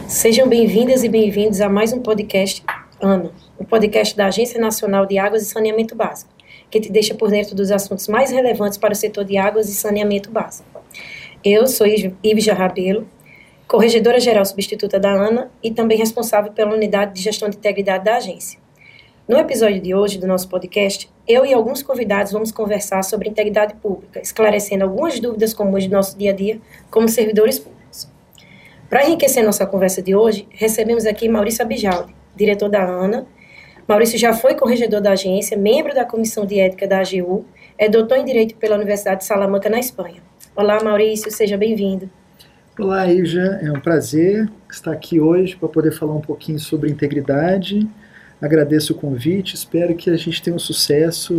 Sejam bem-vindas e bem-vindos a mais um podcast ANA, o podcast da Agência Nacional de Águas e Saneamento Básico, que te deixa por dentro dos assuntos mais relevantes para o setor de águas e saneamento básico. Eu sou Ivja Rabelo, corregedora-geral substituta da ANA e também responsável pela unidade de gestão de integridade da agência. No episódio de hoje do nosso podcast, eu e alguns convidados vamos conversar sobre integridade pública, esclarecendo algumas dúvidas comuns do nosso dia a dia como servidores públicos. Para enriquecer nossa conversa de hoje, recebemos aqui Maurício Abijaldi, diretor da ANA. Maurício já foi corregedor da agência, membro da Comissão de Ética da AGU, é doutor em Direito pela Universidade de Salamanca, na Espanha. Olá, Maurício, seja bem-vindo. Olá, Ivja, é um prazer estar aqui hoje para poder falar um pouquinho sobre integridade. Agradeço o convite, espero que a gente tenha um sucesso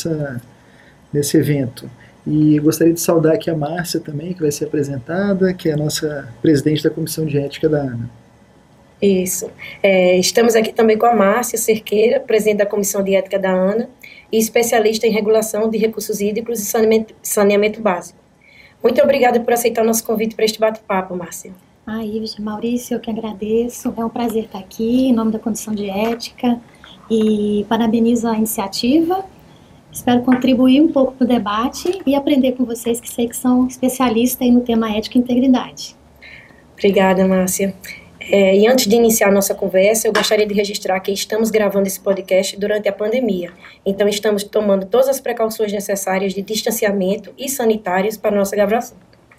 nesse evento. E gostaria de saudar aqui a Márcia também, que vai ser apresentada, que é a nossa presidente da Comissão de Ética da ANA. Isso. Estamos aqui também com a Márcia Cerqueira, presidente da Comissão de Ética da ANA e especialista em regulação de recursos hídricos e saneamento básico. Muito obrigada por aceitar o nosso convite para este bate-papo, Márcia. Ivja, Maurício, eu que agradeço. É um prazer estar aqui em nome da Comissão de Ética e parabenizo a iniciativa. Espero contribuir um pouco para o debate e aprender com vocês, que sei que são especialistas aí no tema ética e integridade. Obrigada, Márcia. E antes de iniciar a nossa conversa, eu gostaria de registrar que estamos gravando esse podcast durante a pandemia. Então, estamos tomando todas as precauções necessárias de distanciamento e sanitárias para a nossa gravação.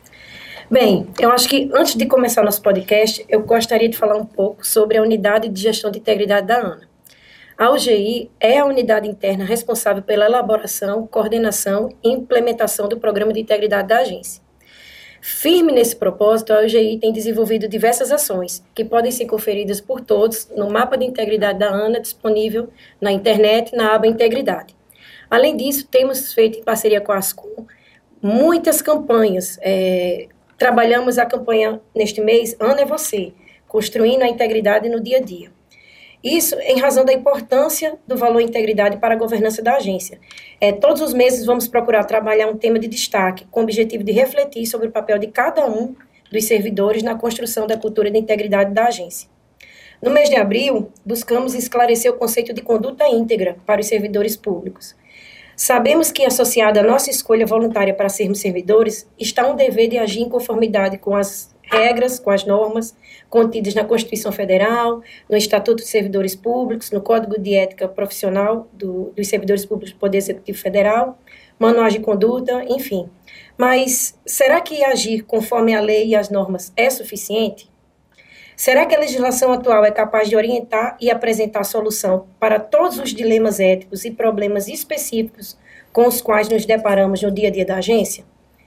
Bem, eu acho que antes de começar o nosso podcast, eu gostaria de falar um pouco sobre a Unidade de Gestão de Integridade da ANA. A UGI é a unidade interna responsável pela elaboração, coordenação e implementação do Programa de Integridade da agência. Firme nesse propósito, a UGI tem desenvolvido diversas ações que podem ser conferidas por todos no mapa de integridade da ANA disponível na internet na aba Integridade. Além disso, temos feito em parceria com a Ascom muitas campanhas. Trabalhamos a campanha neste mês ANA é Você, construindo a integridade no dia a dia. Isso em razão da importância do valor integridade para a governança da agência. Todos os meses vamos procurar trabalhar um tema de destaque, com o objetivo de refletir sobre o papel de cada um dos servidores na construção da cultura de integridade da agência. No mês de abril, buscamos esclarecer o conceito de conduta íntegra para os servidores públicos. Sabemos que, associado à nossa escolha voluntária para sermos servidores, está um dever de agir em conformidade com as regras, com as normas contidas na Constituição Federal, no Estatuto dos Servidores Públicos, no Código de Ética Profissional dos Servidores Públicos do Poder Executivo Federal, manuais de conduta, enfim. Mas será que agir conforme a lei e as normas é suficiente? Será que a legislação atual é capaz de orientar e apresentar solução para todos os dilemas éticos e problemas específicos com os quais nos deparamos no dia a dia da agência?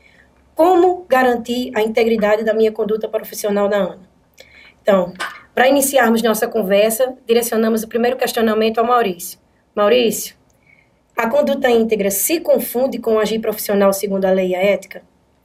Como garantir a integridade da minha conduta profissional na ANA? Então, para iniciarmos nossa conversa, direcionamos o primeiro questionamento ao Maurício. Maurício, a conduta íntegra se confunde com o agir profissional segundo a lei e a ética?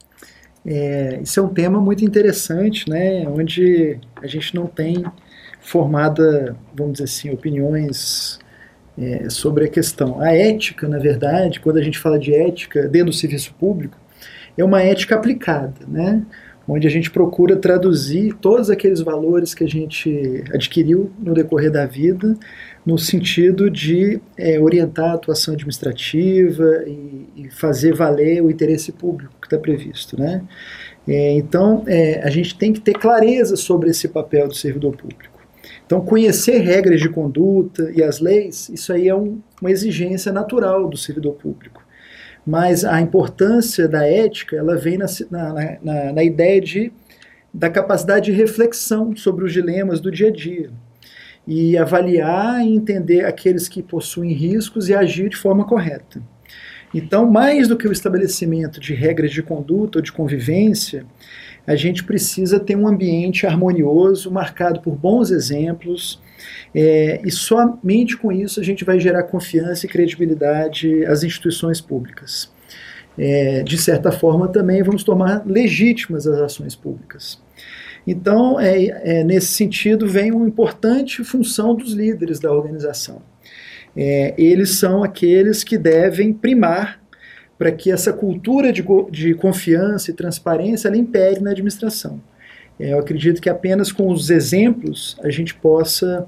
Isso é um tema muito interessante, né, onde a gente não tem formada, vamos dizer assim, opiniões sobre a questão. A ética, na verdade, quando a gente fala de ética dentro do serviço público, é uma ética aplicada, né? Onde a gente procura traduzir todos aqueles valores que a gente adquiriu no decorrer da vida, no sentido de orientar a atuação administrativa e fazer valer o interesse público que está previsto, né? Então, a gente tem que ter clareza sobre esse papel do servidor público. Então, conhecer regras de conduta e as leis, isso aí é uma exigência natural do servidor público. Mas a importância da ética, ela vem na ideia da capacidade de reflexão sobre os dilemas do dia a dia e avaliar e entender aqueles que possuem riscos e agir de forma correta. Então, mais do que o estabelecimento de regras de conduta ou de convivência, a gente precisa ter um ambiente harmonioso, marcado por bons exemplos, e somente com isso a gente vai gerar confiança e credibilidade às instituições públicas. De certa forma, também vamos tornar legítimas as ações públicas. Então, nesse sentido, vem uma importante função dos líderes da organização. Eles são aqueles que devem primar para que essa cultura de confiança e transparência ela impere na administração. Eu acredito que apenas com os exemplos a gente possa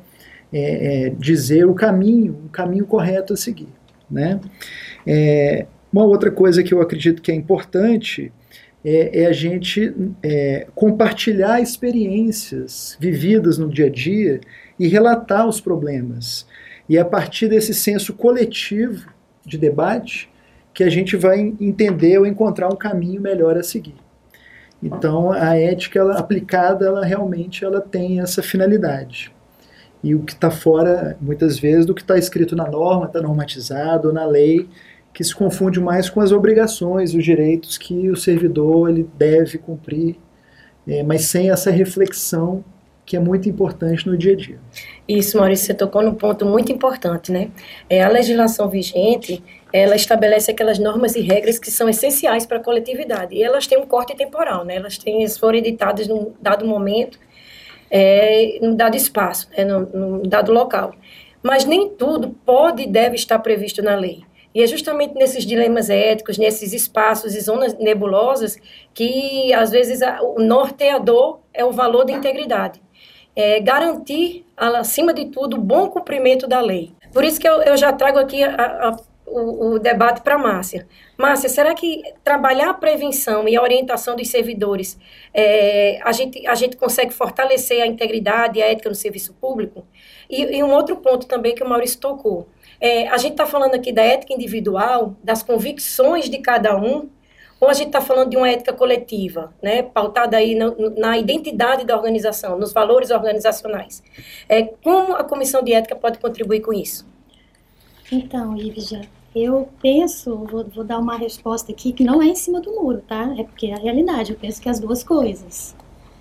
dizer o caminho correto a seguir, né? Uma outra coisa que eu acredito que é importante é a gente compartilhar experiências vividas no dia a dia e relatar os problemas. E a partir desse senso coletivo de debate que a gente vai entender ou encontrar um caminho melhor a seguir. Então, a ética aplicada, ela realmente tem essa finalidade. E o que está fora, muitas vezes, do que está escrito na norma, está normatizado, na lei, que se confunde mais com as obrigações e os direitos que o servidor ele deve cumprir, mas sem essa reflexão que é muito importante no dia a dia. Isso, Maurício, você tocou num ponto muito importante, né? A legislação vigente, ela estabelece aquelas normas e regras que são essenciais para a coletividade, e elas têm um corte temporal, né? Elas foram editadas num dado momento, num dado espaço, num dado local. Mas nem tudo pode e deve estar previsto na lei. E é justamente nesses dilemas éticos, nesses espaços e zonas nebulosas, que, às vezes, o norteador é o valor da integridade. Garantir, acima de tudo, o bom cumprimento da lei. Por isso que eu já trago aqui o debate para a Márcia. Márcia, será que trabalhar a prevenção e a orientação dos servidores, a gente consegue fortalecer a integridade e a ética no serviço público? E um outro ponto também que o Maurício tocou. A gente está falando aqui da ética individual, das convicções de cada um, ou a gente está falando de uma ética coletiva, né, pautada aí na identidade da organização, nos valores organizacionais? Como a Comissão de Ética pode contribuir com isso? Então, Ivja, eu penso, vou dar uma resposta aqui que não é em cima do muro, tá? É porque é a realidade, eu penso que as duas coisas.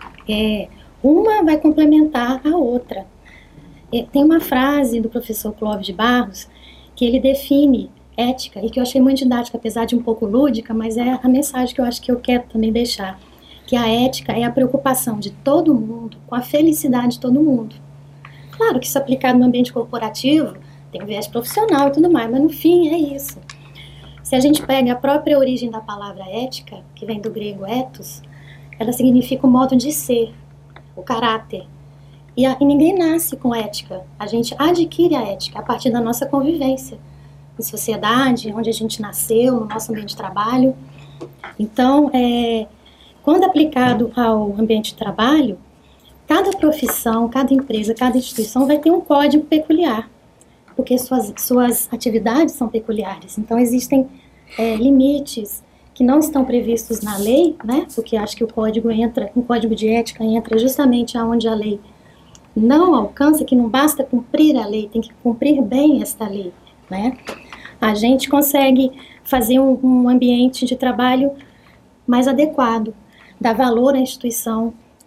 Uma vai complementar a outra. Tem uma frase do professor Clóvis de Barros que ele define ética, e que eu achei muito didática, apesar de um pouco lúdica, mas é a mensagem que eu acho que eu quero também deixar, que a ética é a preocupação de todo mundo com a felicidade de todo mundo. Claro que isso aplicado no ambiente corporativo tem viés profissional e tudo mais, mas no fim é isso. Se a gente pega a própria origem da palavra ética, que vem do grego ethos, ela significa o modo de ser, o caráter. E ninguém nasce com ética, a gente adquire a ética a partir da nossa convivência em sociedade, onde a gente nasceu, no nosso ambiente de trabalho. Então, quando aplicado ao ambiente de trabalho, cada profissão, cada empresa, cada instituição vai ter um código peculiar, porque suas atividades são peculiares. Então, existem limites que não estão previstos na lei, né? Porque acho que o código de ética entra justamente aonde a lei não alcança, que não basta cumprir a lei, tem que cumprir bem esta lei, né? A gente consegue fazer um ambiente de trabalho mais adequado, dar valor à instituição.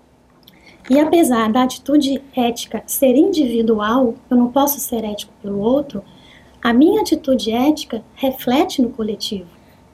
E apesar da atitude ética ser individual, eu não posso ser ético pelo outro, a minha atitude ética reflete no coletivo.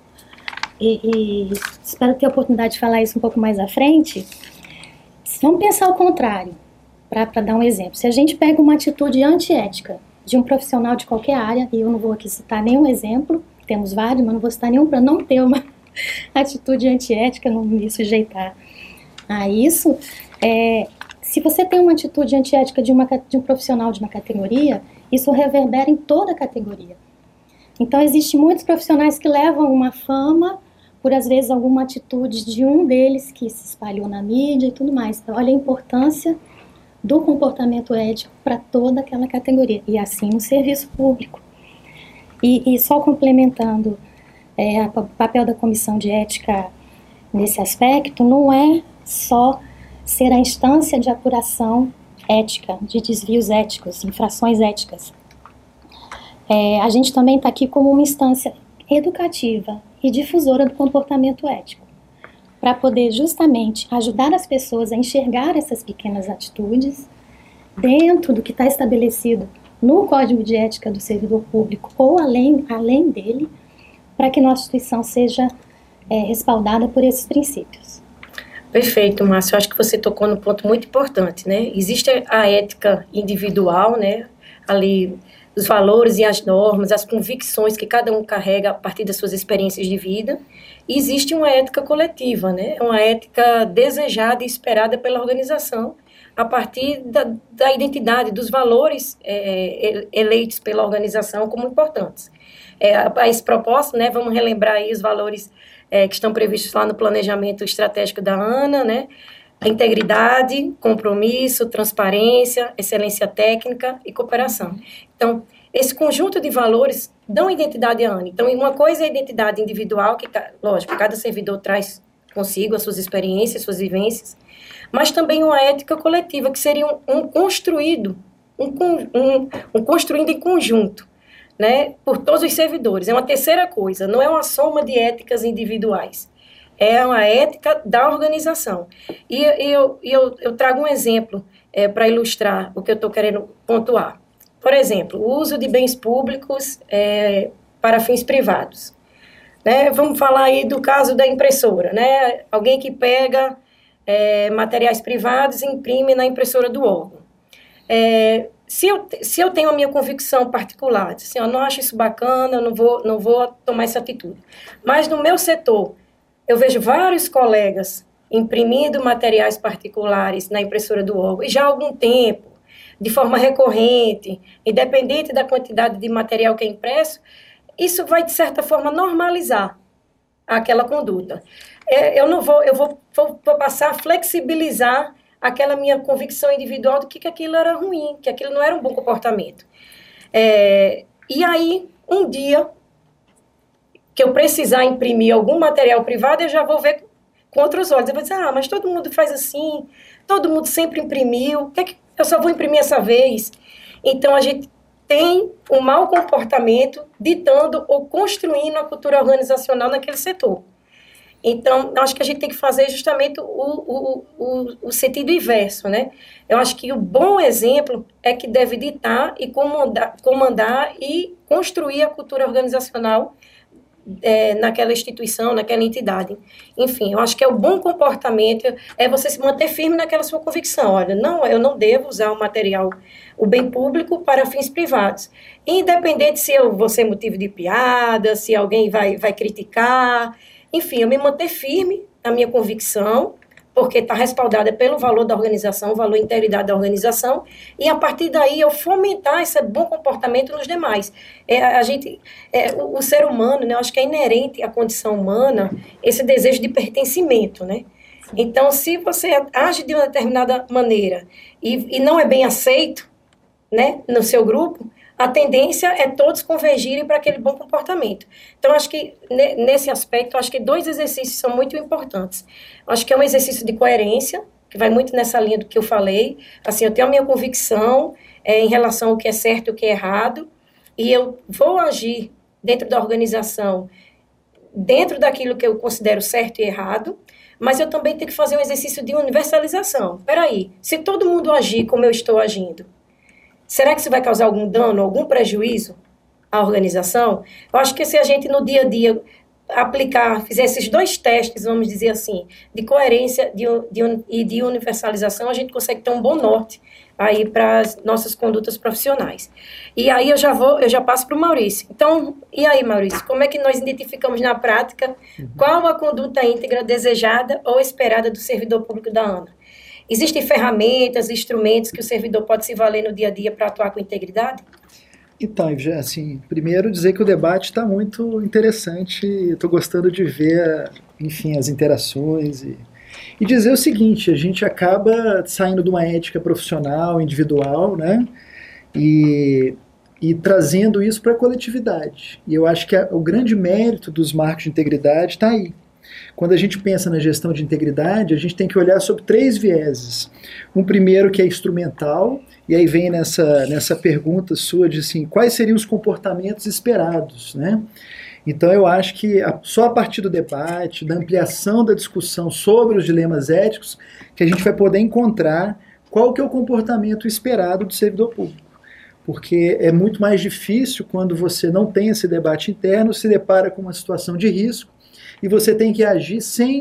E espero ter a oportunidade de falar isso um pouco mais à frente. Vamos pensar ao contrário, para dar um exemplo. Se a gente pega uma atitude antiética de um profissional de qualquer área, e eu não vou aqui citar nenhum exemplo, temos vários, mas não vou citar nenhum para não ter uma atitude antiética, não me sujeitar a isso. Se você tem uma atitude antiética de um profissional de uma categoria, isso reverbera em toda a categoria. Então, existem muitos profissionais que levam uma fama por, às vezes, alguma atitude de um deles que se espalhou na mídia e tudo mais. Então, olha a importância do comportamento ético para toda aquela categoria, e assim no serviço público. E só complementando, o papel da Comissão de Ética nesse aspecto não é só ser a instância de apuração ética, de desvios éticos, infrações éticas. A gente também está aqui como uma instância educativa e difusora do comportamento ético, para poder justamente ajudar as pessoas a enxergar essas pequenas atitudes dentro do que está estabelecido no Código de Ética do Servidor Público ou além dele, para que nossa instituição seja respaldada por esses princípios. Perfeito, Márcio. Eu acho que você tocou num ponto muito importante, né? Existe a ética individual, né? Ali os valores e as normas, as convicções que cada um carrega a partir das suas experiências de vida. E existe uma ética coletiva, né? Uma ética desejada e esperada pela organização a partir da identidade, dos valores eleitos pela organização como importantes. A esse propósito, né, vamos relembrar aí os valores que estão previstos lá no planejamento estratégico da ANA, né? A integridade, compromisso, transparência, excelência técnica e cooperação. Então, esse conjunto de valores dão identidade à ANA. Então, uma coisa é a identidade individual, que, lógico, cada servidor traz consigo as suas experiências, suas vivências, mas também uma ética coletiva, que seria um construído em conjunto, né, por todos os servidores. É uma terceira coisa, não é uma soma de éticas individuais, é uma ética da organização. E eu trago um exemplo para ilustrar o que eu estou querendo pontuar. Por exemplo, o uso de bens públicos para fins privados. Né? Vamos falar aí do caso da impressora, né? Alguém que pega materiais privados e imprime na impressora do órgão. Se eu tenho a minha convicção particular, assim, eu não acho isso bacana, eu não vou tomar essa atitude. Mas no meu setor, eu vejo vários colegas imprimindo materiais particulares na impressora do órgão, e já há algum tempo, de forma recorrente, independente da quantidade de material que é impresso, isso vai, de certa forma, normalizar aquela conduta. Eu vou passar a flexibilizar aquela minha convicção individual de que aquilo era ruim, que aquilo não era um bom comportamento. E aí, um dia que eu precisar imprimir algum material privado, eu já vou ver com outros olhos. Eu vou dizer, mas todo mundo faz assim, todo mundo sempre imprimiu, que eu só vou imprimir essa vez? Então, a gente tem um mau comportamento ditando ou construindo a cultura organizacional naquele setor. Então, eu acho que a gente tem que fazer justamente o sentido inverso, né? Eu acho que o bom exemplo é que deve ditar e comandar e construir a cultura organizacional naquela instituição, naquela entidade. Enfim, eu acho que o bom comportamento é você se manter firme naquela sua convicção. Olha, não, eu não devo usar o bem público para fins privados. Independente se eu vou ser motivo de piada, se alguém vai criticar. Enfim, eu me manter firme na minha convicção, porque está respaldada pelo valor da organização, o valor e integridade da organização, e a partir daí eu fomentar esse bom comportamento nos demais. O ser humano, né, eu acho que é inerente à condição humana esse desejo de pertencimento, né? Então, se você age de uma determinada maneira e não é bem aceito, né, no seu grupo, a tendência é todos convergirem para aquele bom comportamento. Então, acho que, nesse aspecto, acho que 2 exercícios são muito importantes. Acho que é um exercício de coerência, que vai muito nessa linha do que eu falei. Assim, eu tenho a minha convicção em relação ao que é certo e o que é errado, e eu vou agir dentro da organização, dentro daquilo que eu considero certo e errado, mas eu também tenho que fazer um exercício de universalização. Espera aí, se todo mundo agir como eu estou agindo, será que isso vai causar algum dano, algum prejuízo à organização? Eu acho que se a gente no dia a dia fizer esses 2 testes, vamos dizer assim, de coerência e de universalização, a gente consegue ter um bom norte aí para as nossas condutas profissionais. E aí eu já passo para o Maurício. Então, e aí, Maurício, como é que nós identificamos na prática qual a conduta íntegra desejada ou esperada do servidor público da ANA? Existem ferramentas, instrumentos que o servidor pode se valer no dia a dia para atuar com integridade? Então, assim, primeiro dizer que o debate está muito interessante, estou gostando de ver, enfim, as interações e dizer o seguinte, a gente acaba saindo de uma ética profissional, individual, né, e trazendo isso para a coletividade. E eu acho que o grande mérito dos marcos de integridade está aí. Quando a gente pensa na gestão de integridade, a gente tem que olhar sobre 3 vieses. Um primeiro que é instrumental, e aí vem nessa pergunta sua de assim, quais seriam os comportamentos esperados, né? Então eu acho que só a partir do debate, da ampliação da discussão sobre os dilemas éticos, que a gente vai poder encontrar qual que é o comportamento esperado do servidor público. Porque é muito mais difícil quando você não tem esse debate interno, se depara com uma situação de risco, e você tem que agir sem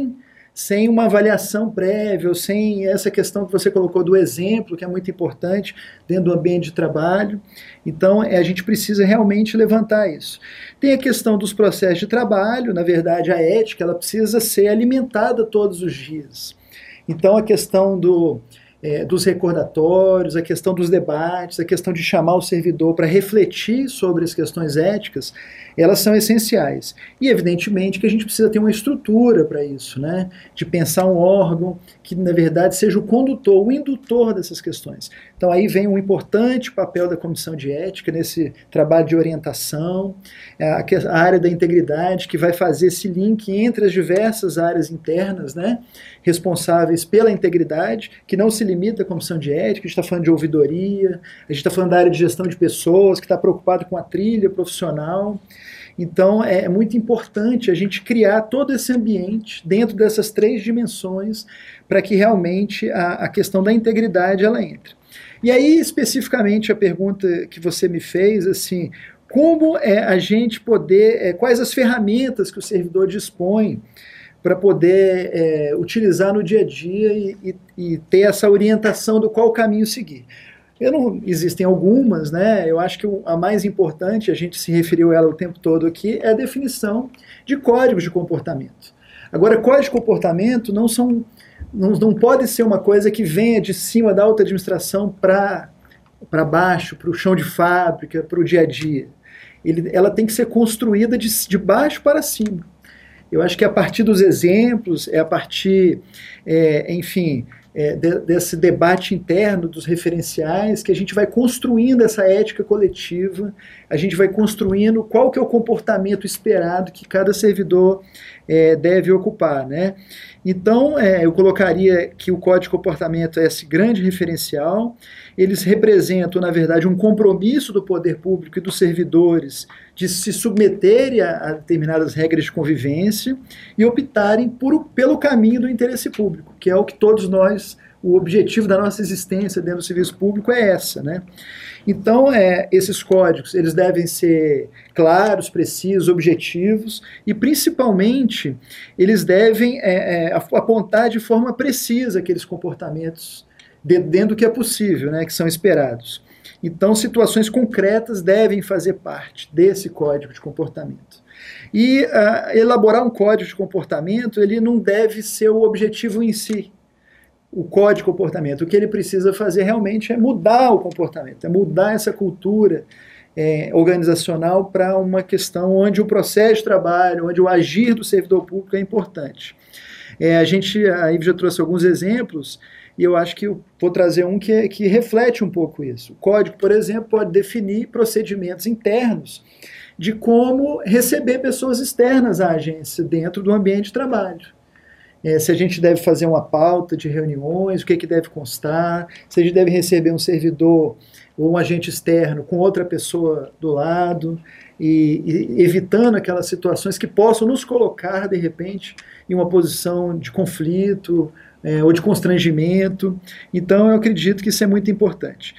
sem uma avaliação prévia, ou sem essa questão que você colocou do exemplo, que é muito importante dentro do ambiente de trabalho. Então, a gente precisa realmente levantar isso. Tem a questão dos processos de trabalho, na verdade, a ética ela precisa ser alimentada todos os dias. Então, a questão dos recordatórios, a questão dos debates, a questão de chamar o servidor para refletir sobre as questões éticas, elas são essenciais. E, evidentemente, que a gente precisa ter uma estrutura para isso, né? De pensar um órgão que, na verdade, seja o condutor, o indutor dessas questões. Então, aí vem um importante papel da Comissão de Ética nesse trabalho de orientação, a área da integridade, que vai fazer esse link entre as diversas áreas internas, né? Responsáveis pela integridade, que não se limita à Comissão de Ética, a gente está falando de ouvidoria, a gente está falando da área de gestão de pessoas, que está preocupado com a trilha profissional. Então, é muito importante a gente criar todo esse ambiente dentro dessas 3 dimensões para que realmente a questão da integridade ela entre. E aí, especificamente, a pergunta que você me fez, assim, como a gente poder, quais as ferramentas que o servidor dispõe para poder utilizar no dia a dia e ter essa orientação do qual caminho seguir. Existem algumas, né? Eu acho que a mais importante, a gente se referiu a ela o tempo todo aqui, é a definição de códigos de comportamento. Agora, códigos de comportamento não pode ser uma coisa que venha de cima da alta administração para baixo, para o chão de fábrica, para o dia a dia. Ela tem que ser construída de baixo para cima. Eu acho que a partir dos exemplos, a partir, desse debate interno dos referenciais, que a gente vai construindo essa ética coletiva, a gente vai construindo qual que é o comportamento esperado que cada servidor deve ocupar, né? Então, eu colocaria que o Código de Comportamento é esse grande referencial. Eles representam, na verdade, um compromisso do poder público e dos servidores de se submeterem a determinadas regras de convivência e optarem pelo caminho do interesse público, que é o que todos nós, o objetivo da nossa existência dentro do serviço público é essa, né? Então, esses códigos, eles devem ser claros, precisos, objetivos e, principalmente, eles devem apontar de forma precisa aqueles comportamentos dentro do que é possível, né, que são esperados. Então, situações concretas devem fazer parte desse código de comportamento. E elaborar um código de comportamento, ele não deve ser o objetivo em si. O código de comportamento, o que ele precisa fazer realmente é mudar o comportamento, é mudar essa cultura organizacional para uma questão onde o processo de trabalho, onde o agir do servidor público é importante. A Ivy já trouxe alguns exemplos, e eu acho que eu vou trazer um que reflete um pouco isso. O código, por exemplo, pode definir procedimentos internos de como receber pessoas externas à agência dentro do ambiente de trabalho. Se a gente deve fazer uma pauta de reuniões, o que deve constar, se a gente deve receber um servidor ou um agente externo com outra pessoa do lado, e evitando aquelas situações que possam nos colocar, de repente, em uma posição de conflito ou de constrangimento. Então, eu acredito que isso é muito importante.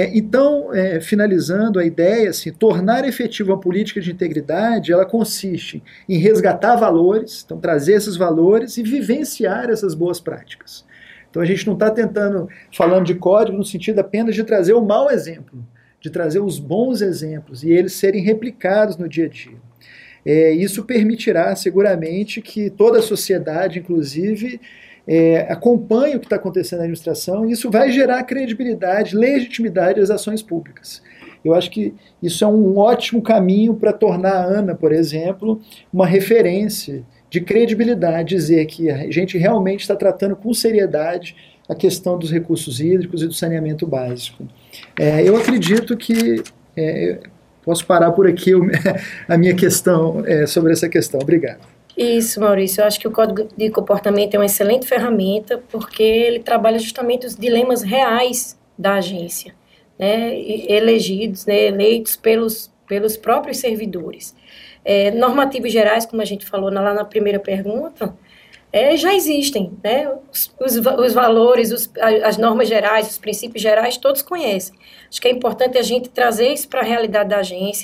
Finalizando a ideia, assim, tornar efetiva a política de integridade, ela consiste em resgatar valores, então trazer esses valores e vivenciar essas boas práticas. Então, a gente não está falando de código no sentido apenas de trazer o mau exemplo, de trazer os bons exemplos e eles serem replicados no dia a dia. Isso permitirá, seguramente, que toda a sociedade, inclusive, acompanhe o que está acontecendo na administração, e isso vai gerar credibilidade, legitimidade às ações públicas. Eu acho que isso é um ótimo caminho para tornar a ANA, por exemplo, uma referência de credibilidade, dizer que a gente realmente está tratando com seriedade a questão dos recursos hídricos e do saneamento básico. Eu acredito que posso parar por aqui a minha questão sobre essa questão. Obrigado. Isso, Maurício. Eu acho que o Código de Comportamento é uma excelente ferramenta porque ele trabalha justamente os dilemas reais da agência, né, elegidos, né, eleitos pelos próprios servidores. Normativos gerais, como a gente falou lá na primeira pergunta, já existem, né, os valores, as normas gerais, os princípios gerais, todos conhecem. Acho que é importante a gente trazer isso para a realidade da agência,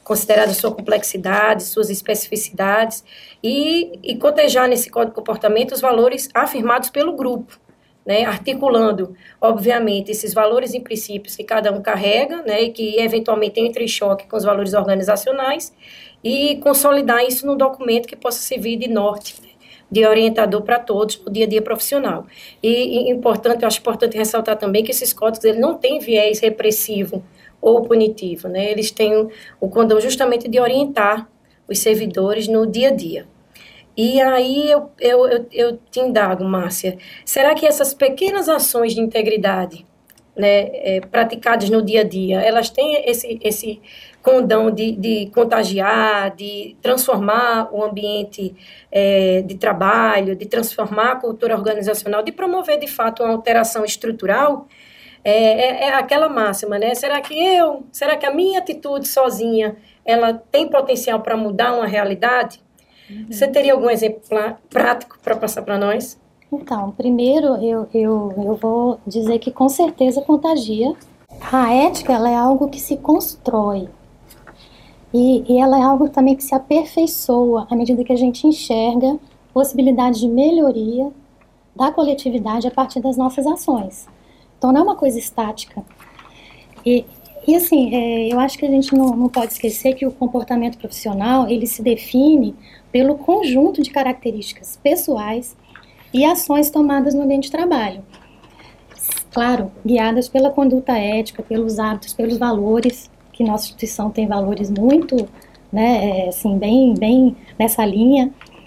considerada sua complexidade, suas especificidades, e cotejar nesse código de comportamento os valores afirmados pelo grupo, né, articulando, obviamente, esses valores e princípios que cada um carrega, né, e que eventualmente entra em choque com os valores organizacionais, e consolidar isso num documento que possa servir de norte, né, de orientador para todos no dia a dia profissional. E importante, eu acho importante ressaltar também que esses códigos eles não têm viés repressivo ou punitivo, né, eles têm o condão justamente de orientar os servidores no dia a dia. E aí eu te indago, Márcia, será que essas pequenas ações de integridade, né, praticadas no dia a dia, elas têm esse condão de contagiar, de transformar o ambiente de trabalho, de transformar a cultura organizacional, de promover, de fato, uma alteração estrutural? É aquela máxima, né? Será que a minha atitude sozinha, ela tem potencial para mudar uma realidade? Você teria algum exemplo prático para passar para nós? Então, primeiro eu vou dizer que com certeza contagia. A ética, ela é algo que se constrói. E ela é algo também que se aperfeiçoa à medida que a gente enxerga possibilidades de melhoria da coletividade a partir das nossas ações. Então, não é uma coisa estática. E assim, eu acho que a gente não pode esquecer que o comportamento profissional, ele se define pelo conjunto de características pessoais e ações tomadas no ambiente de trabalho. Claro, guiadas pela conduta ética, pelos hábitos, pelos valores, que nossa instituição tem valores muito, né, assim, bem nessa linha.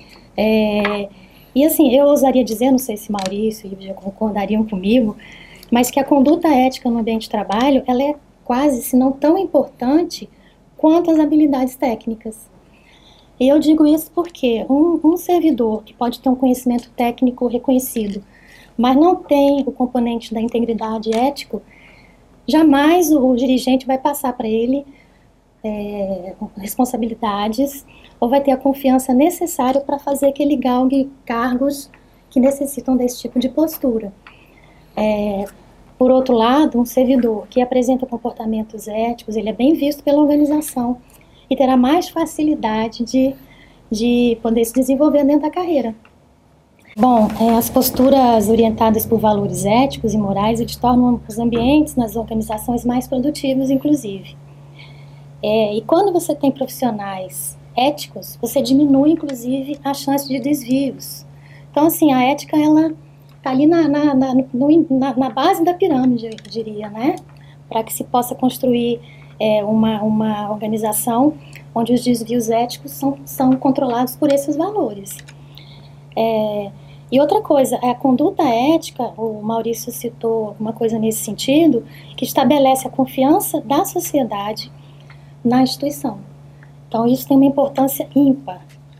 E assim, eu ousaria dizer, não sei se Maurício e Lígia concordariam comigo, mas que a conduta ética no ambiente de trabalho, ela é quase, se não tão importante, quanto as habilidades técnicas. E eu digo isso porque um servidor que pode ter um conhecimento técnico reconhecido, mas não tem o componente da integridade ético, jamais o dirigente vai passar para ele responsabilidades ou vai ter a confiança necessária para fazer que ele galgue cargos que necessitam desse tipo de postura. Por outro lado, um servidor que apresenta comportamentos éticos, ele é bem visto pela organização e terá mais facilidade de poder se desenvolver dentro da carreira. Bom, as posturas orientadas por valores éticos e morais, eles tornam os ambientes nas organizações mais produtivos, inclusive. E quando você tem profissionais éticos, você diminui, inclusive, a chance de desvios. Então, assim, a ética, ela está ali na base da pirâmide, eu diria, né? Para que se possa construir uma organização onde os desvios éticos são controlados por esses valores. E outra coisa, a conduta ética, o Maurício citou uma coisa nesse sentido, que estabelece a confiança da sociedade na instituição. Então, isso tem uma importância ímpar.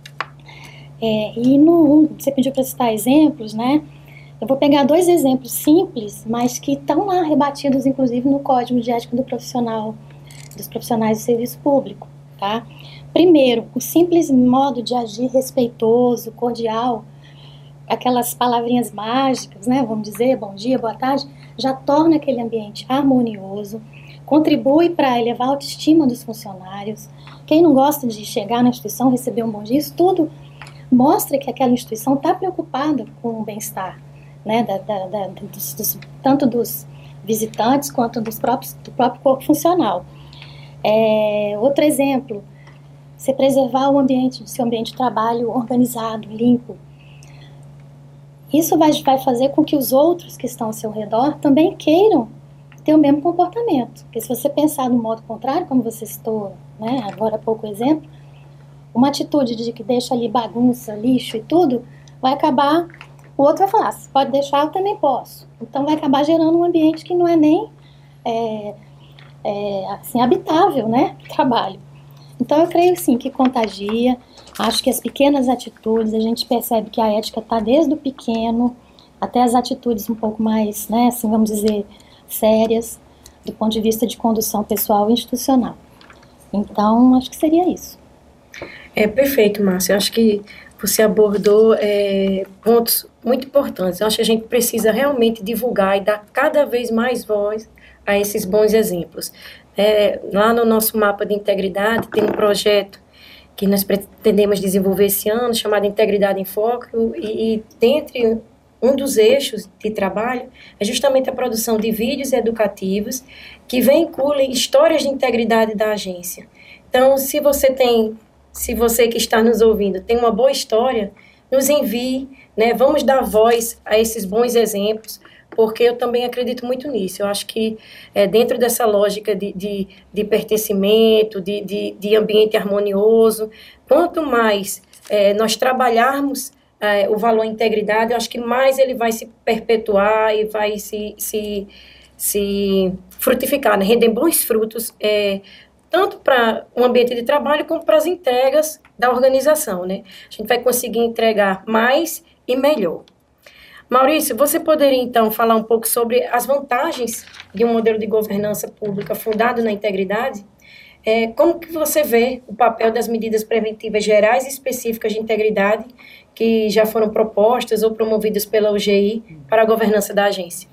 Você pediu para citar exemplos, né? Eu vou pegar 2 exemplos simples, mas que estão lá rebatidos, inclusive, no Código de Ética dos profissionais do serviço público, tá? Primeiro, o simples modo de agir respeitoso, cordial, aquelas palavrinhas mágicas, né? Vamos dizer, bom dia, boa tarde, já torna aquele ambiente harmonioso, contribui para elevar a autoestima dos funcionários. Quem não gosta de chegar na instituição, receber um bom dia, isso tudo mostra que aquela instituição está preocupada com o bem-estar, né, tanto dos visitantes quanto do próprio corpo funcional. Outro exemplo, você preservar o seu ambiente de trabalho organizado, limpo. Isso vai fazer com que os outros que estão ao seu redor também queiram ter o mesmo comportamento. Porque se você pensar no modo contrário, como você citou, né, agora há pouco exemplo, uma atitude de que deixa ali bagunça, lixo e tudo, vai acabar, o outro vai falar, se pode deixar, eu também posso. Então vai acabar gerando um ambiente que não é nem assim, habitável, né, para o trabalho. Então eu creio sim que contagia, acho que as pequenas atitudes, a gente percebe que a ética está desde o pequeno até as atitudes um pouco mais, né, assim, vamos dizer, sérias, do ponto de vista de condução pessoal e institucional. Então, acho que seria isso. Perfeito, Márcia. Eu acho que você abordou pontos muito importantes. Eu acho que a gente precisa realmente divulgar e dar cada vez mais voz a esses bons exemplos. Lá no nosso mapa de integridade tem um projeto que nós pretendemos desenvolver esse ano, chamado Integridade em Foco, e dentre um dos eixos de trabalho é justamente a produção de vídeos educativos que vinculem histórias de integridade da agência. Então, se você que está nos ouvindo tem uma boa história, nos envie, né? Vamos dar voz a esses bons exemplos, porque eu também acredito muito nisso. Eu acho que dentro dessa lógica de pertencimento, de ambiente harmonioso, quanto mais nós trabalharmos o valor integridade, eu acho que mais ele vai se perpetuar e vai se frutificar, né? Render bons frutos, tanto para o ambiente de trabalho como para as entregas da organização, né? A gente vai conseguir entregar mais e melhor. Maurício, você poderia, então, falar um pouco sobre as vantagens de um modelo de governança pública fundado na integridade? Como que você vê o papel das medidas preventivas gerais e específicas de integridade que já foram propostas ou promovidas pela UGI para a governança da agência?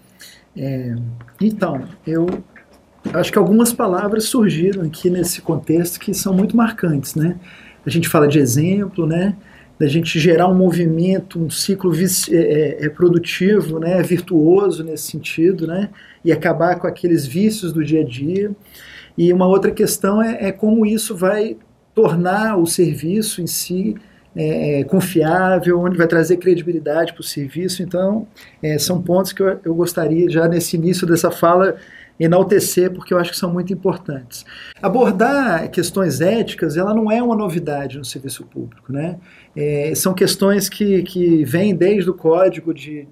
Então, eu acho que algumas palavras surgiram aqui nesse contexto que são muito marcantes, né? A gente fala de exemplo, né? Da gente gerar um movimento, um ciclo produtivo, né, virtuoso nesse sentido, né, e acabar com aqueles vícios do dia a dia. E uma outra questão é como isso vai tornar o serviço em si confiável, onde vai trazer credibilidade para o serviço. Então, são pontos que eu gostaria já nesse início dessa fala enaltecer, porque eu acho que são muito importantes. Abordar questões éticas, ela não é uma novidade no serviço público, né? São questões que vêm desde o Código de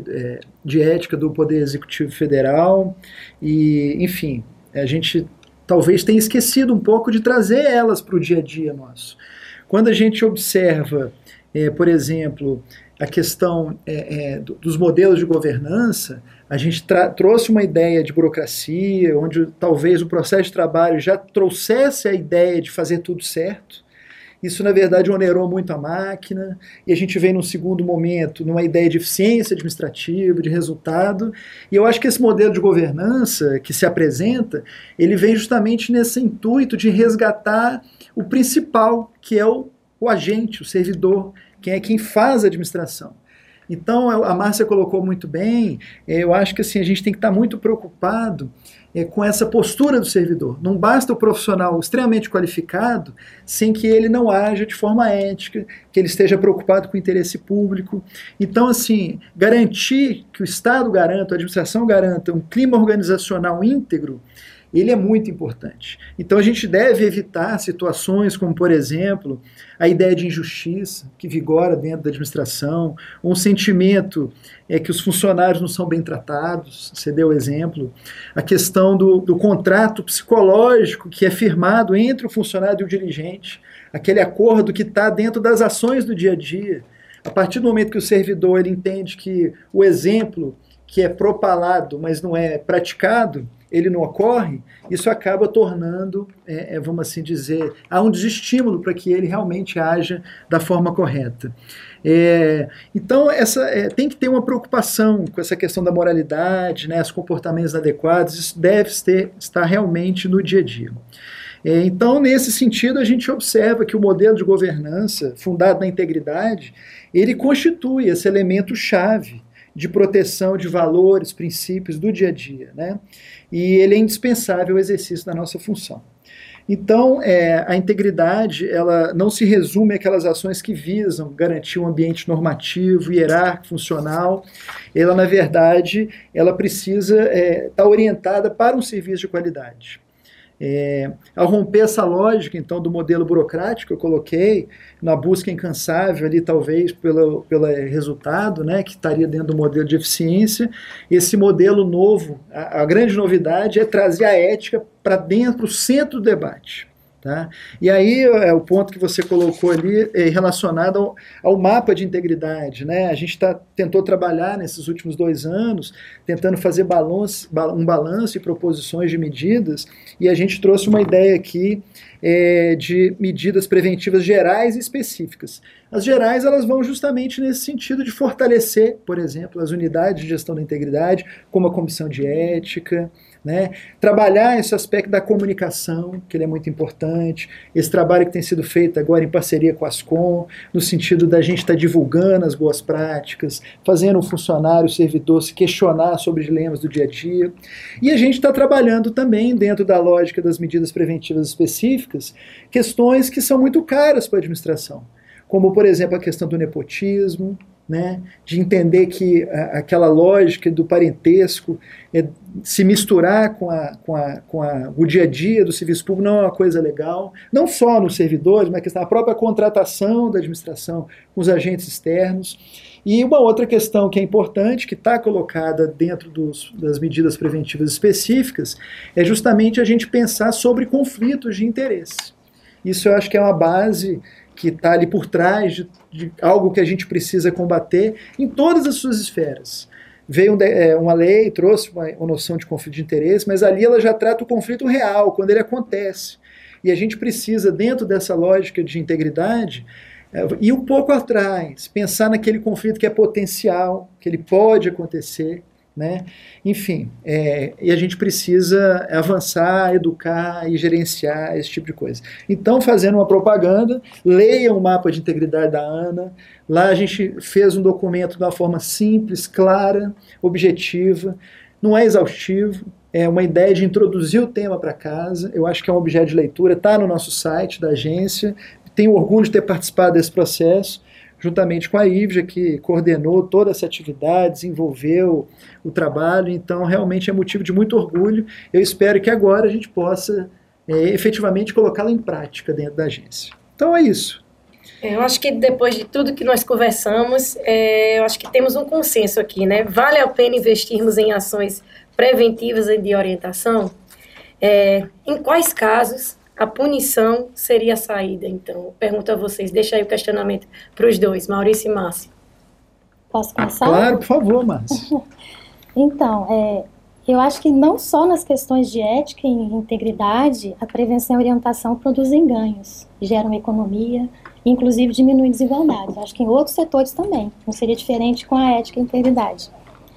Ética do Poder Executivo Federal e, enfim, a gente talvez tenha esquecido um pouco de trazer elas para o dia a dia nosso. Quando a gente observa, por exemplo, a questão dos modelos de governança, a gente trouxe uma ideia de burocracia, onde talvez o processo de trabalho já trouxesse a ideia de fazer tudo certo. Isso, na verdade, onerou muito a máquina, e a gente vem num segundo momento numa ideia de eficiência administrativa, de resultado, e eu acho que esse modelo de governança que se apresenta, ele vem justamente nesse intuito de resgatar o principal, que é o agente, o servidor, quem faz a administração. Então, a Márcia colocou muito bem, eu acho que assim, a gente tem que estar muito preocupado com essa postura do servidor. Não basta o profissional extremamente qualificado sem que ele não haja de forma ética, que ele esteja preocupado com o interesse público. Então, assim, garantir que o Estado garanta, a administração garanta um clima organizacional íntegro, ele é muito importante. Então a gente deve evitar situações como, por exemplo, a ideia de injustiça que vigora dentro da administração, um sentimento que os funcionários não são bem tratados, você deu o exemplo, a questão do contrato psicológico que é firmado entre o funcionário e o dirigente, aquele acordo que está dentro das ações do dia a dia. A partir do momento que o servidor ele entende que o exemplo que é propalado, mas não é praticado, ele não ocorre, isso acaba tornando, vamos assim dizer, há um desestímulo para que ele realmente haja da forma correta. Então, tem que ter uma preocupação com essa questão da moralidade, né, os comportamentos adequados, isso deve estar realmente no dia a dia. Então, nesse sentido, a gente observa que o modelo de governança fundado na integridade, ele constitui esse elemento-chave de proteção de valores, princípios do dia a dia, né? E ele é indispensável ao exercício da nossa função. Então, a integridade, ela não se resume àquelas ações que visam garantir um ambiente normativo, hierárquico, funcional. Ela, na verdade, ela precisa estar orientada para um serviço de qualidade. Ao romper essa lógica, então, do modelo burocrático que eu coloquei, na busca incansável ali, talvez, pelo resultado, né, que estaria dentro do modelo de eficiência, esse modelo novo, a grande novidade é trazer a ética para dentro, o centro do debate. Tá? E aí o ponto que você colocou ali é relacionado ao mapa de integridade, né? A gente tentou trabalhar nesses últimos 2 anos, tentando fazer um balanço e proposições de medidas, e a gente trouxe uma ideia aqui de medidas preventivas gerais e específicas. As gerais, elas vão justamente nesse sentido de fortalecer, por exemplo, as unidades de gestão da integridade, como a comissão de ética, né? Trabalhar esse aspecto da comunicação, que ele é muito importante, esse trabalho que tem sido feito agora em parceria com a Ascom, no sentido da gente estar divulgando as boas práticas, fazendo o funcionário, o servidor se questionar sobre dilemas do dia a dia. E a gente está trabalhando também, dentro da lógica das medidas preventivas específicas, questões que são muito caras para a administração, como, por exemplo, a questão do nepotismo, né, de entender que aquela lógica do parentesco, se misturar com o dia a dia do serviço público não é uma coisa legal, não só nos servidores, mas a própria contratação da administração com os agentes externos. E uma outra questão que é importante, que está colocada dentro das medidas preventivas específicas, é justamente a gente pensar sobre conflitos de interesse. Isso eu acho que é uma base que está ali por trás de algo que a gente precisa combater em todas as suas esferas. Veio uma lei, trouxe uma noção de conflito de interesse, mas ali ela já trata o conflito real, quando ele acontece. E a gente precisa, dentro dessa lógica de integridade, ir um pouco atrás, pensar naquele conflito que é potencial, que ele pode acontecer, né? Enfim, e a gente precisa avançar, educar e gerenciar esse tipo de coisa. Então, fazendo uma propaganda, leiam o mapa de integridade da ANA. Lá a gente fez um documento de uma forma simples, clara, objetiva, não é exaustivo, é uma ideia de introduzir o tema para casa. Eu acho que é um objeto de leitura, está no nosso site da agência. Tenho orgulho de ter participado desse processo, juntamente com a Ívgia, que coordenou toda essa atividade, desenvolveu o trabalho, então realmente é motivo de muito orgulho. Eu espero que agora a gente possa efetivamente colocá-la em prática dentro da agência. Então é isso. Eu acho que depois de tudo que nós conversamos, eu acho que temos um consenso aqui, né? Vale a pena investirmos em ações preventivas e de orientação? Em quais casos a punição seria a saída? Então, pergunto a vocês, deixa aí o questionamento para os dois, Maurício e Márcio. Posso começar? Claro, por favor, Márcio. Então, eu acho que não só nas questões de ética e integridade, a prevenção e orientação produzem ganhos, geram economia, inclusive diminuem desigualdades. Acho que em outros setores também, não seria diferente com a ética e integridade.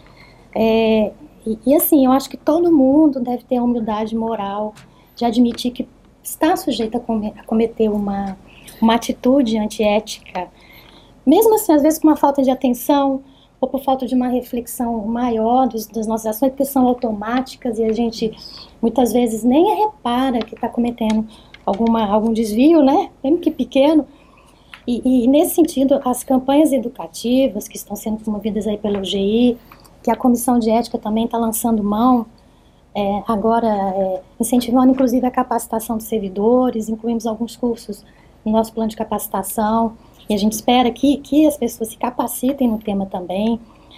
E assim, eu acho que todo mundo deve ter a humildade moral de admitir que está sujeito a cometer uma atitude antiética, mesmo assim, às vezes com uma falta de atenção, ou por falta de uma reflexão maior das nossas ações, porque são automáticas e a gente muitas vezes nem repara que está cometendo algum desvio, né, mesmo que pequeno. E nesse sentido, as campanhas educativas que estão sendo promovidas aí pela UGI, que a Comissão de Ética também está lançando mão, agora incentivando inclusive a capacitação dos servidores, incluímos alguns cursos no nosso plano de capacitação, e a gente espera que as pessoas se capacitem no tema também.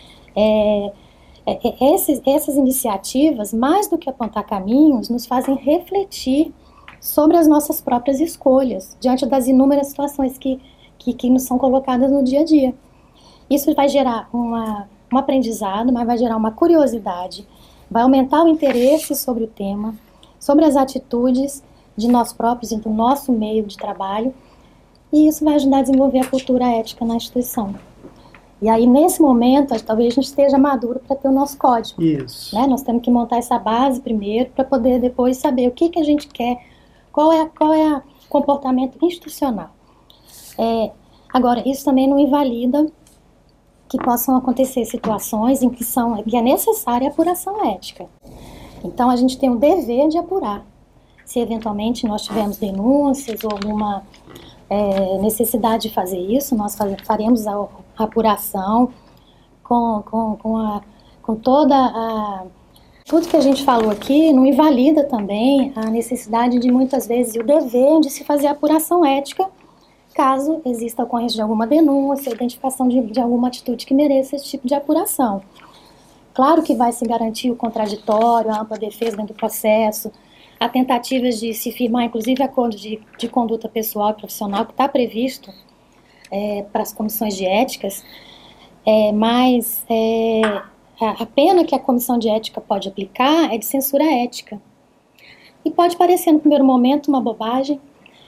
Essas iniciativas, mais do que apontar caminhos, nos fazem refletir sobre as nossas próprias escolhas, diante das inúmeras situações que nos são colocadas no dia a dia. Isso vai gerar um aprendizado, mas vai gerar uma curiosidade, vai aumentar o interesse sobre o tema, sobre as atitudes de nós próprios e do nosso meio de trabalho, e isso vai ajudar a desenvolver a cultura ética na instituição. E aí, nesse momento, talvez a gente esteja maduro para ter o nosso código. Isso. Né? Nós temos que montar essa base primeiro, para poder depois saber o que a gente quer, qual é o comportamento institucional. Agora, isso também não invalida que possam acontecer situações em que é necessária a apuração ética. Então, a gente tem o dever de apurar. Se eventualmente nós tivermos denúncias ou alguma necessidade de fazer isso, nós faremos a apuração com tudo que a gente falou aqui. Não invalida também a necessidade de, muitas vezes, o dever de se fazer a apuração ética, caso exista a ocorrência de alguma denúncia, identificação de alguma atitude que mereça esse tipo de apuração. Claro que vai se garantir o contraditório, a ampla defesa dentro do processo, há tentativas de se firmar, inclusive, acordo de conduta pessoal e profissional, que está previsto para as comissões de éticas, mas a pena que a comissão de ética pode aplicar é de censura ética. E pode parecer, no primeiro momento, uma bobagem,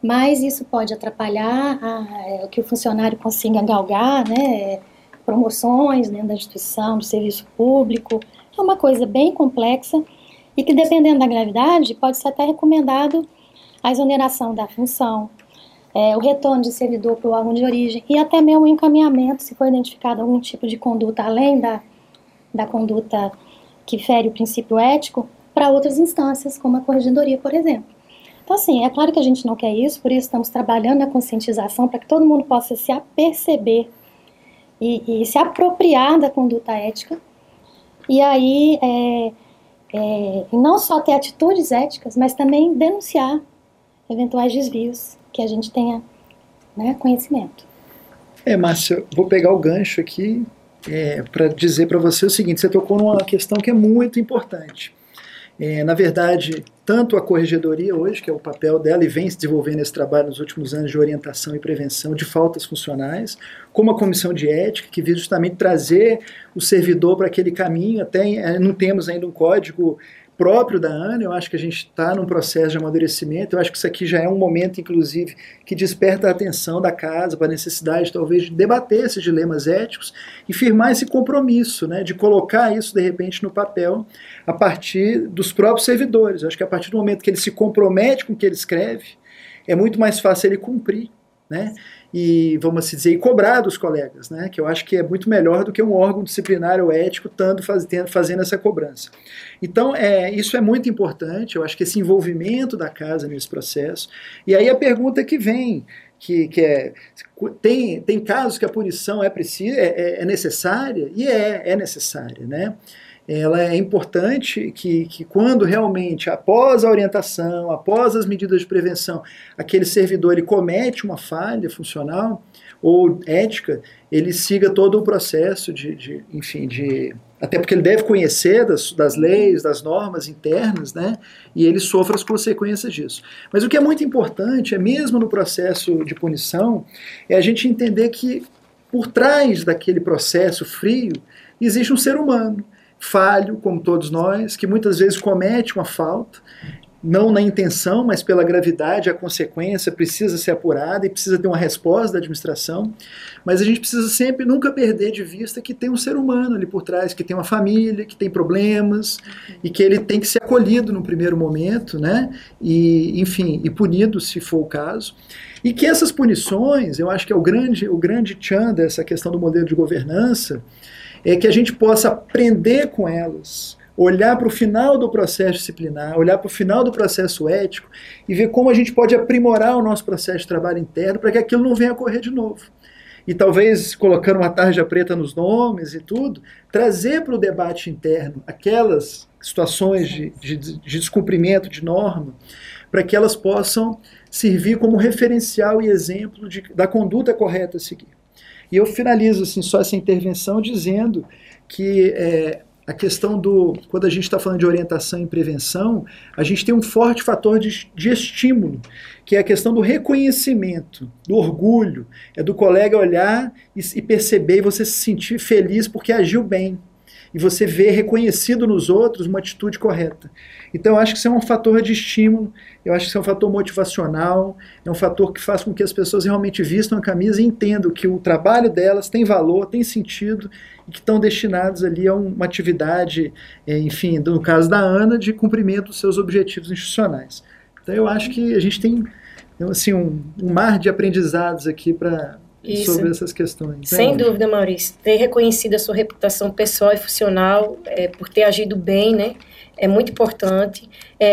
mas isso pode atrapalhar que o funcionário consiga galgar, né, promoções dentro da instituição, do serviço público. É uma coisa bem complexa e que, dependendo da gravidade, pode ser até recomendado a exoneração da função, o retorno de servidor para o órgão de origem e até mesmo o encaminhamento, se for identificado algum tipo de conduta além da conduta que fere o princípio ético, para outras instâncias, como a corregedoria, por exemplo. Então, assim, é claro que a gente não quer isso, por isso estamos trabalhando na conscientização para que todo mundo possa se aperceber e se apropriar da conduta ética. E aí, não só ter atitudes éticas, mas também denunciar eventuais desvios que a gente tenha, né, conhecimento. Márcia, vou pegar o gancho aqui para dizer para você o seguinte: você tocou numa questão que é muito importante. Na verdade, tanto a corregedoria hoje, que é o papel dela, e vem se desenvolvendo esse trabalho nos últimos anos de orientação e prevenção de faltas funcionais, como a comissão de ética, que visa justamente trazer o servidor para aquele caminho. Até não temos ainda um código próprio da ANA, eu acho que a gente está num processo de amadurecimento, eu acho que isso aqui já é um momento, inclusive, que desperta a atenção da casa para a necessidade, talvez, de debater esses dilemas éticos e firmar esse compromisso, né, de colocar isso, de repente, no papel a partir dos próprios servidores. Eu acho que a partir do momento que ele se compromete com o que ele escreve, é muito mais fácil ele cumprir, né? E, vamos dizer, e cobrar dos colegas, né? Que eu acho que é muito melhor do que um órgão disciplinar ou ético fazendo essa cobrança. Então, isso é muito importante, eu acho que esse envolvimento da casa nesse processo. E aí a pergunta que vem, tem casos que a punição é necessária? E é necessária, né? Ela é importante que quando realmente, após a orientação, após as medidas de prevenção, aquele servidor ele comete uma falha funcional ou ética, ele siga todo o processo até porque ele deve conhecer das leis, das normas internas, né, e ele sofra as consequências disso. Mas o que é muito importante, mesmo no processo de punição, é a gente entender que por trás daquele processo frio existe um ser humano, falho, como todos nós, que muitas vezes comete uma falta, não na intenção, mas pela gravidade, a consequência precisa ser apurada e precisa ter uma resposta da administração, mas a gente precisa sempre, nunca perder de vista que tem um ser humano ali por trás, que tem uma família, que tem problemas, e que ele tem que ser acolhido no primeiro momento, né, e, enfim, e punido se for o caso. E que essas punições, eu acho que é o grande tchan dessa questão do modelo de governança, é que a gente possa aprender com elas, olhar para o final do processo disciplinar, olhar para o final do processo ético e ver como a gente pode aprimorar o nosso processo de trabalho interno para que aquilo não venha a ocorrer de novo. E talvez, colocando uma tarja preta nos nomes e tudo, trazer para o debate interno aquelas situações de descumprimento de norma, para que elas possam servir como referencial e exemplo da conduta correta a seguir. E eu finalizo assim, só essa intervenção dizendo que a questão quando a gente está falando de orientação e prevenção, a gente tem um forte fator de estímulo, que é a questão do reconhecimento, do orgulho, do colega olhar e perceber e você se sentir feliz porque agiu bem. E você vê reconhecido nos outros uma atitude correta. Então eu acho que isso é um fator de estímulo, eu acho que isso é um fator motivacional, é um fator que faz com que as pessoas realmente vistam a camisa e entendam que o trabalho delas tem valor, tem sentido, e que estão destinados ali a uma atividade, enfim, no caso da ANA, de cumprimento dos seus objetivos institucionais. Então eu acho que a gente tem assim, um mar de aprendizados aqui sobre essas questões. Sem dúvida, Maurício. Ter reconhecido a sua reputação pessoal e funcional por ter agido bem, né, é muito importante.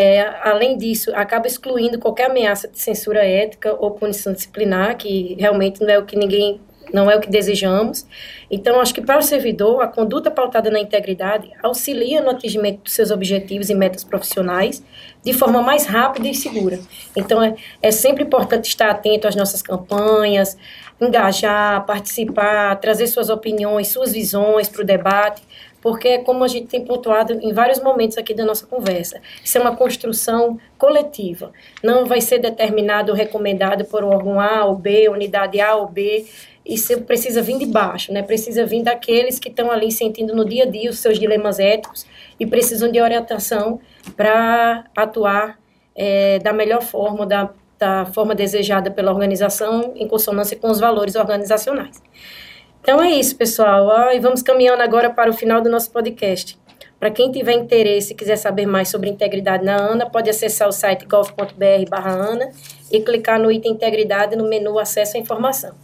Além disso, acaba excluindo qualquer ameaça de censura ética ou punição disciplinar, que realmente não é o que desejamos. Então, acho que para o servidor, a conduta pautada na integridade auxilia no atingimento dos seus objetivos e metas profissionais de forma mais rápida e segura. Então, é sempre importante estar atento às nossas campanhas, engajar, participar, trazer suas opiniões, suas visões para o debate, porque, como a gente tem pontuado em vários momentos aqui da nossa conversa, isso é uma construção coletiva. Não vai ser determinado ou recomendado por um órgão A ou B, unidade A ou B. Isso precisa vir de baixo, né? Precisa vir daqueles que estão ali sentindo no dia a dia os seus dilemas éticos e precisam de orientação para atuar da melhor forma, da da forma desejada pela organização, em consonância com os valores organizacionais. Então é isso, pessoal. E vamos caminhando agora para o final do nosso podcast. Para quem tiver interesse e quiser saber mais sobre integridade na ANA, pode acessar o site gov.br/ANA e clicar no item integridade no menu acesso à informação.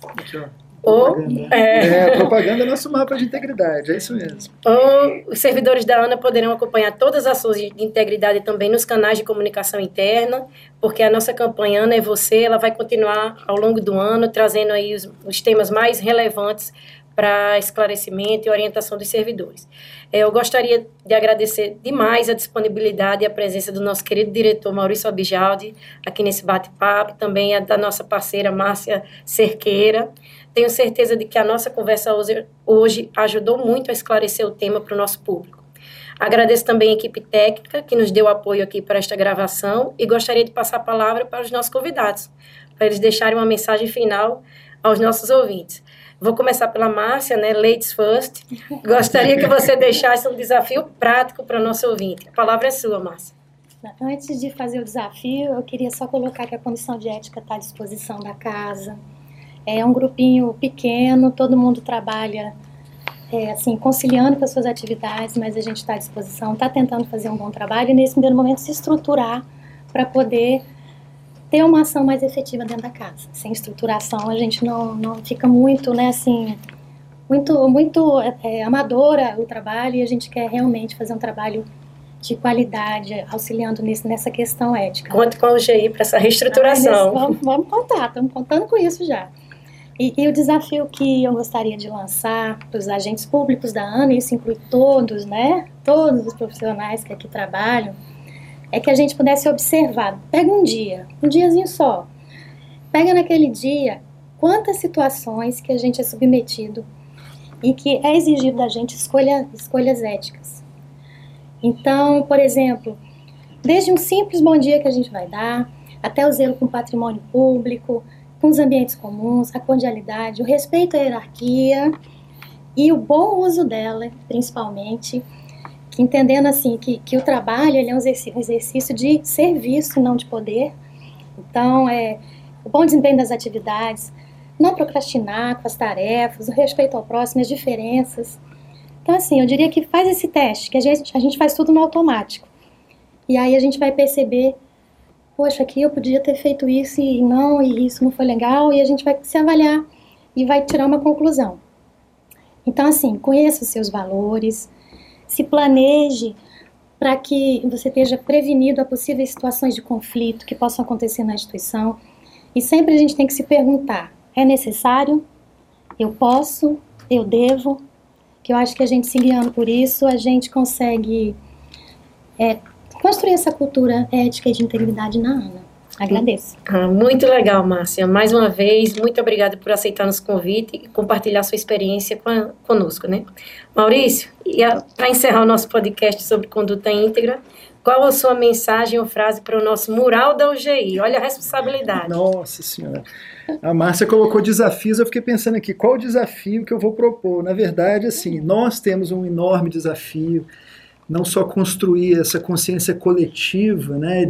Propaganda é nosso mapa de integridade, é isso mesmo. Os servidores da ANA poderão acompanhar todas as ações de integridade também nos canais de comunicação interna, porque a nossa campanha Ana é Você, ela vai continuar ao longo do ano, trazendo aí os temas mais relevantes para esclarecimento e orientação dos servidores. Eu gostaria de agradecer demais a disponibilidade e a presença do nosso querido diretor Maurício Abijaldi aqui nesse bate-papo, também a da nossa parceira Márcia Cerqueira. Tenho certeza de que a nossa conversa hoje ajudou muito a esclarecer o tema para o nosso público. Agradeço também a equipe técnica que nos deu apoio aqui para esta gravação e gostaria de passar a palavra para os nossos convidados, para eles deixarem uma mensagem final aos nossos ouvintes. Vou começar pela Márcia, né? Ladies first. Gostaria que você deixasse um desafio prático para o nosso ouvinte. A palavra é sua, Márcia. Antes de fazer o desafio, eu queria só colocar que a Comissão de Ética está à disposição da casa. É um grupinho pequeno, todo mundo trabalha assim, conciliando com as suas atividades, mas a gente está à disposição, está tentando fazer um bom trabalho e nesse primeiro momento se estruturar para poder ter uma ação mais efetiva dentro da casa. Sem estruturação a gente não fica muito, né, assim, muito amadora o trabalho e a gente quer realmente fazer um trabalho de qualidade, auxiliando nessa questão ética. Conte com o GI para essa reestruturação. Vamos contar, estamos contando com isso já. E o desafio que eu gostaria de lançar para os agentes públicos da ANA, isso inclui todos, né, todos os profissionais que aqui trabalham, é que a gente pudesse observar, pega um diazinho só, pega naquele dia quantas situações que a gente é submetido e que é exigido da gente escolhas éticas. Então, por exemplo, desde um simples bom dia que a gente vai dar, até o zelo com o patrimônio público, com os ambientes comuns, a cordialidade, o respeito à hierarquia e o bom uso dela, principalmente, entendendo assim que o trabalho ele é um exercício de serviço, não de poder. Então, o bom desempenho das atividades, não procrastinar com as tarefas, o respeito ao próximo, as diferenças. Então, assim, eu diria que faz esse teste, que a gente faz tudo no automático. E aí a gente vai perceber, poxa, aqui eu podia ter feito isso e isso não foi legal, e a gente vai se avaliar e vai tirar uma conclusão. Então, assim, conheça os seus valores, se planeje para que você esteja prevenido a possíveis situações de conflito que possam acontecer na instituição. E sempre a gente tem que se perguntar, é necessário? Eu posso? Eu devo? Que eu acho que a gente se guiando por isso, a gente consegue construir essa cultura ética e de integridade na ANA. Agradeço. Muito legal, Márcia. Mais uma vez, muito obrigada por aceitar nosso convite e compartilhar sua experiência conosco, né? Maurício, para encerrar o nosso podcast sobre conduta íntegra, qual a sua mensagem ou frase para o nosso mural da UGI? Olha a responsabilidade. Nossa Senhora. A Márcia colocou desafios, eu fiquei pensando aqui, qual o desafio que eu vou propor? Na verdade, assim, nós temos um enorme desafio, não só construir essa consciência coletiva, né,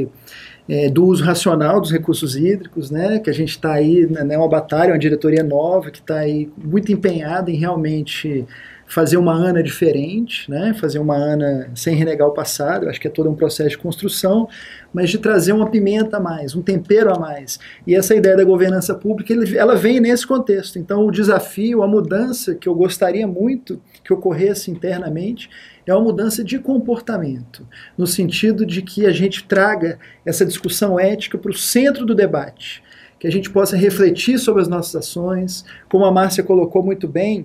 do uso racional dos recursos hídricos, né, que a gente está aí, né, uma batalha, uma diretoria nova, que está aí muito empenhada em realmente fazer uma ANA diferente, né, fazer uma ANA sem renegar o passado. Eu acho que é todo um processo de construção, mas de trazer uma pimenta a mais, um tempero a mais. E essa ideia da governança pública, ela vem nesse contexto. Então, o desafio, a mudança que eu gostaria muito que ocorresse internamente, é uma mudança de comportamento, no sentido de que a gente traga essa discussão ética para o centro do debate, que a gente possa refletir sobre as nossas ações, como a Márcia colocou muito bem,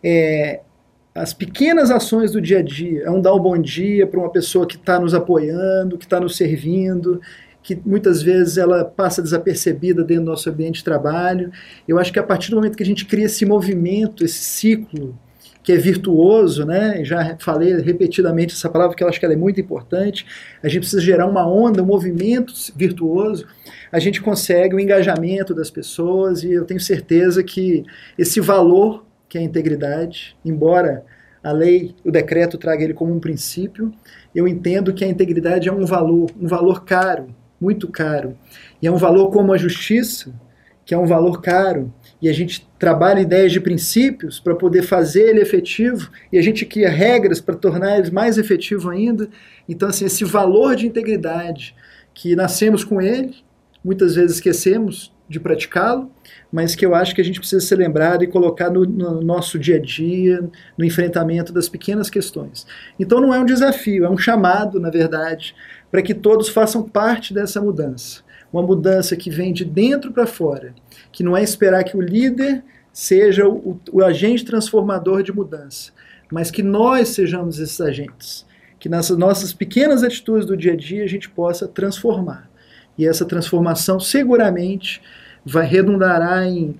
as pequenas ações do dia a dia, é um dar um bom dia para uma pessoa que está nos apoiando, que está nos servindo, que muitas vezes ela passa desapercebida dentro do nosso ambiente de trabalho. Eu acho que a partir do momento que a gente cria esse movimento, esse ciclo, que é virtuoso, né? Já falei repetidamente essa palavra, porque eu acho que ela é muito importante. A gente precisa gerar uma onda, um movimento virtuoso. A gente consegue o engajamento das pessoas e eu tenho certeza que esse valor, que é a integridade, embora a lei, o decreto traga ele como um princípio, eu entendo que a integridade é um valor caro muito caro. E é um valor como a justiça, que é um valor caro, e a gente trabalha ideias de princípios para poder fazer ele efetivo, e a gente cria regras para tornar ele mais efetivo ainda. Então, assim, esse valor de integridade, que nascemos com ele, muitas vezes esquecemos de praticá-lo, mas que eu acho que a gente precisa ser lembrado e colocar no nosso dia a dia, no enfrentamento das pequenas questões. Então não é um desafio, é um chamado, na verdade, para que todos façam parte dessa mudança. Uma mudança que vem de dentro para fora, que não é esperar que o líder seja o agente transformador de mudança, mas que nós sejamos esses agentes, que nas nossas pequenas atitudes do dia a dia a gente possa transformar. E essa transformação seguramente redundará em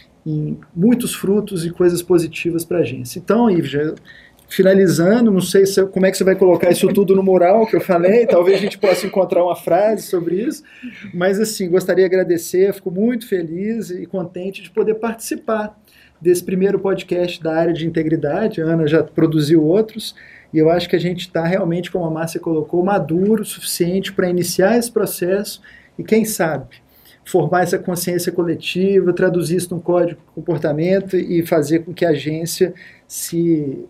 muitos frutos e coisas positivas para a agência. Então, Ives, finalizando, não sei como é que você vai colocar isso tudo no mural que eu falei, talvez a gente possa encontrar uma frase sobre isso, mas assim, gostaria de agradecer, fico muito feliz e contente de poder participar desse primeiro podcast da área de integridade. A Ana já produziu outros, e eu acho que a gente está realmente, como a Márcia colocou, maduro o suficiente para iniciar esse processo e, quem sabe, formar essa consciência coletiva, traduzir isso num código de comportamento e fazer com que a agência se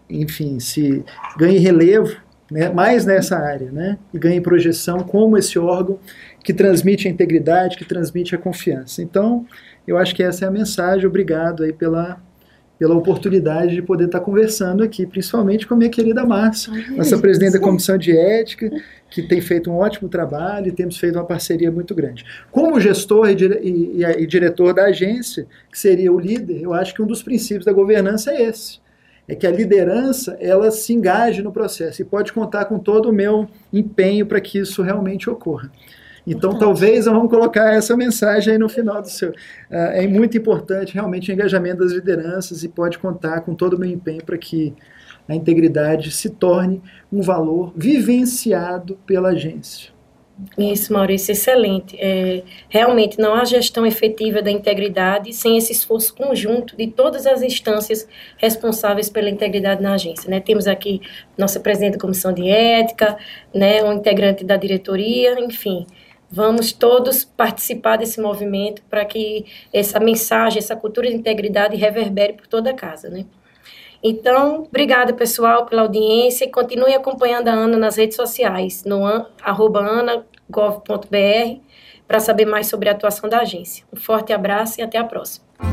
ganhe relevo, né, mais nessa área, né, e ganhe projeção como esse órgão que transmite a integridade, que transmite a confiança. Então, eu acho que essa é a mensagem. Obrigado aí pela oportunidade de poder estar conversando aqui, principalmente com a minha querida Márcia, nossa presidente da Comissão de Ética, que tem feito um ótimo trabalho e temos feito uma parceria muito grande. Como gestor e diretor da agência, que seria o líder, eu acho que um dos princípios da governança é esse, é que a liderança, ela se engaje no processo e pode contar com todo o meu empenho para que isso realmente ocorra. Então, talvez vamos colocar essa mensagem aí no final do seu. É muito importante realmente o engajamento das lideranças e pode contar com todo o meu empenho para que a integridade se torne um valor vivenciado pela agência. Isso, Maurício, excelente. Realmente não há gestão efetiva da integridade sem esse esforço conjunto de todas as instâncias responsáveis pela integridade na agência, né? Temos aqui nossa presidente da Comissão de Ética, né, um integrante da diretoria, enfim. Vamos todos participar desse movimento para que essa mensagem, essa cultura de integridade reverbere por toda a casa, né? Então, obrigada, pessoal, pela audiência e continue acompanhando a Ana nas redes sociais, no @ana.gov.br, para saber mais sobre a atuação da agência. Um forte abraço e até a próxima.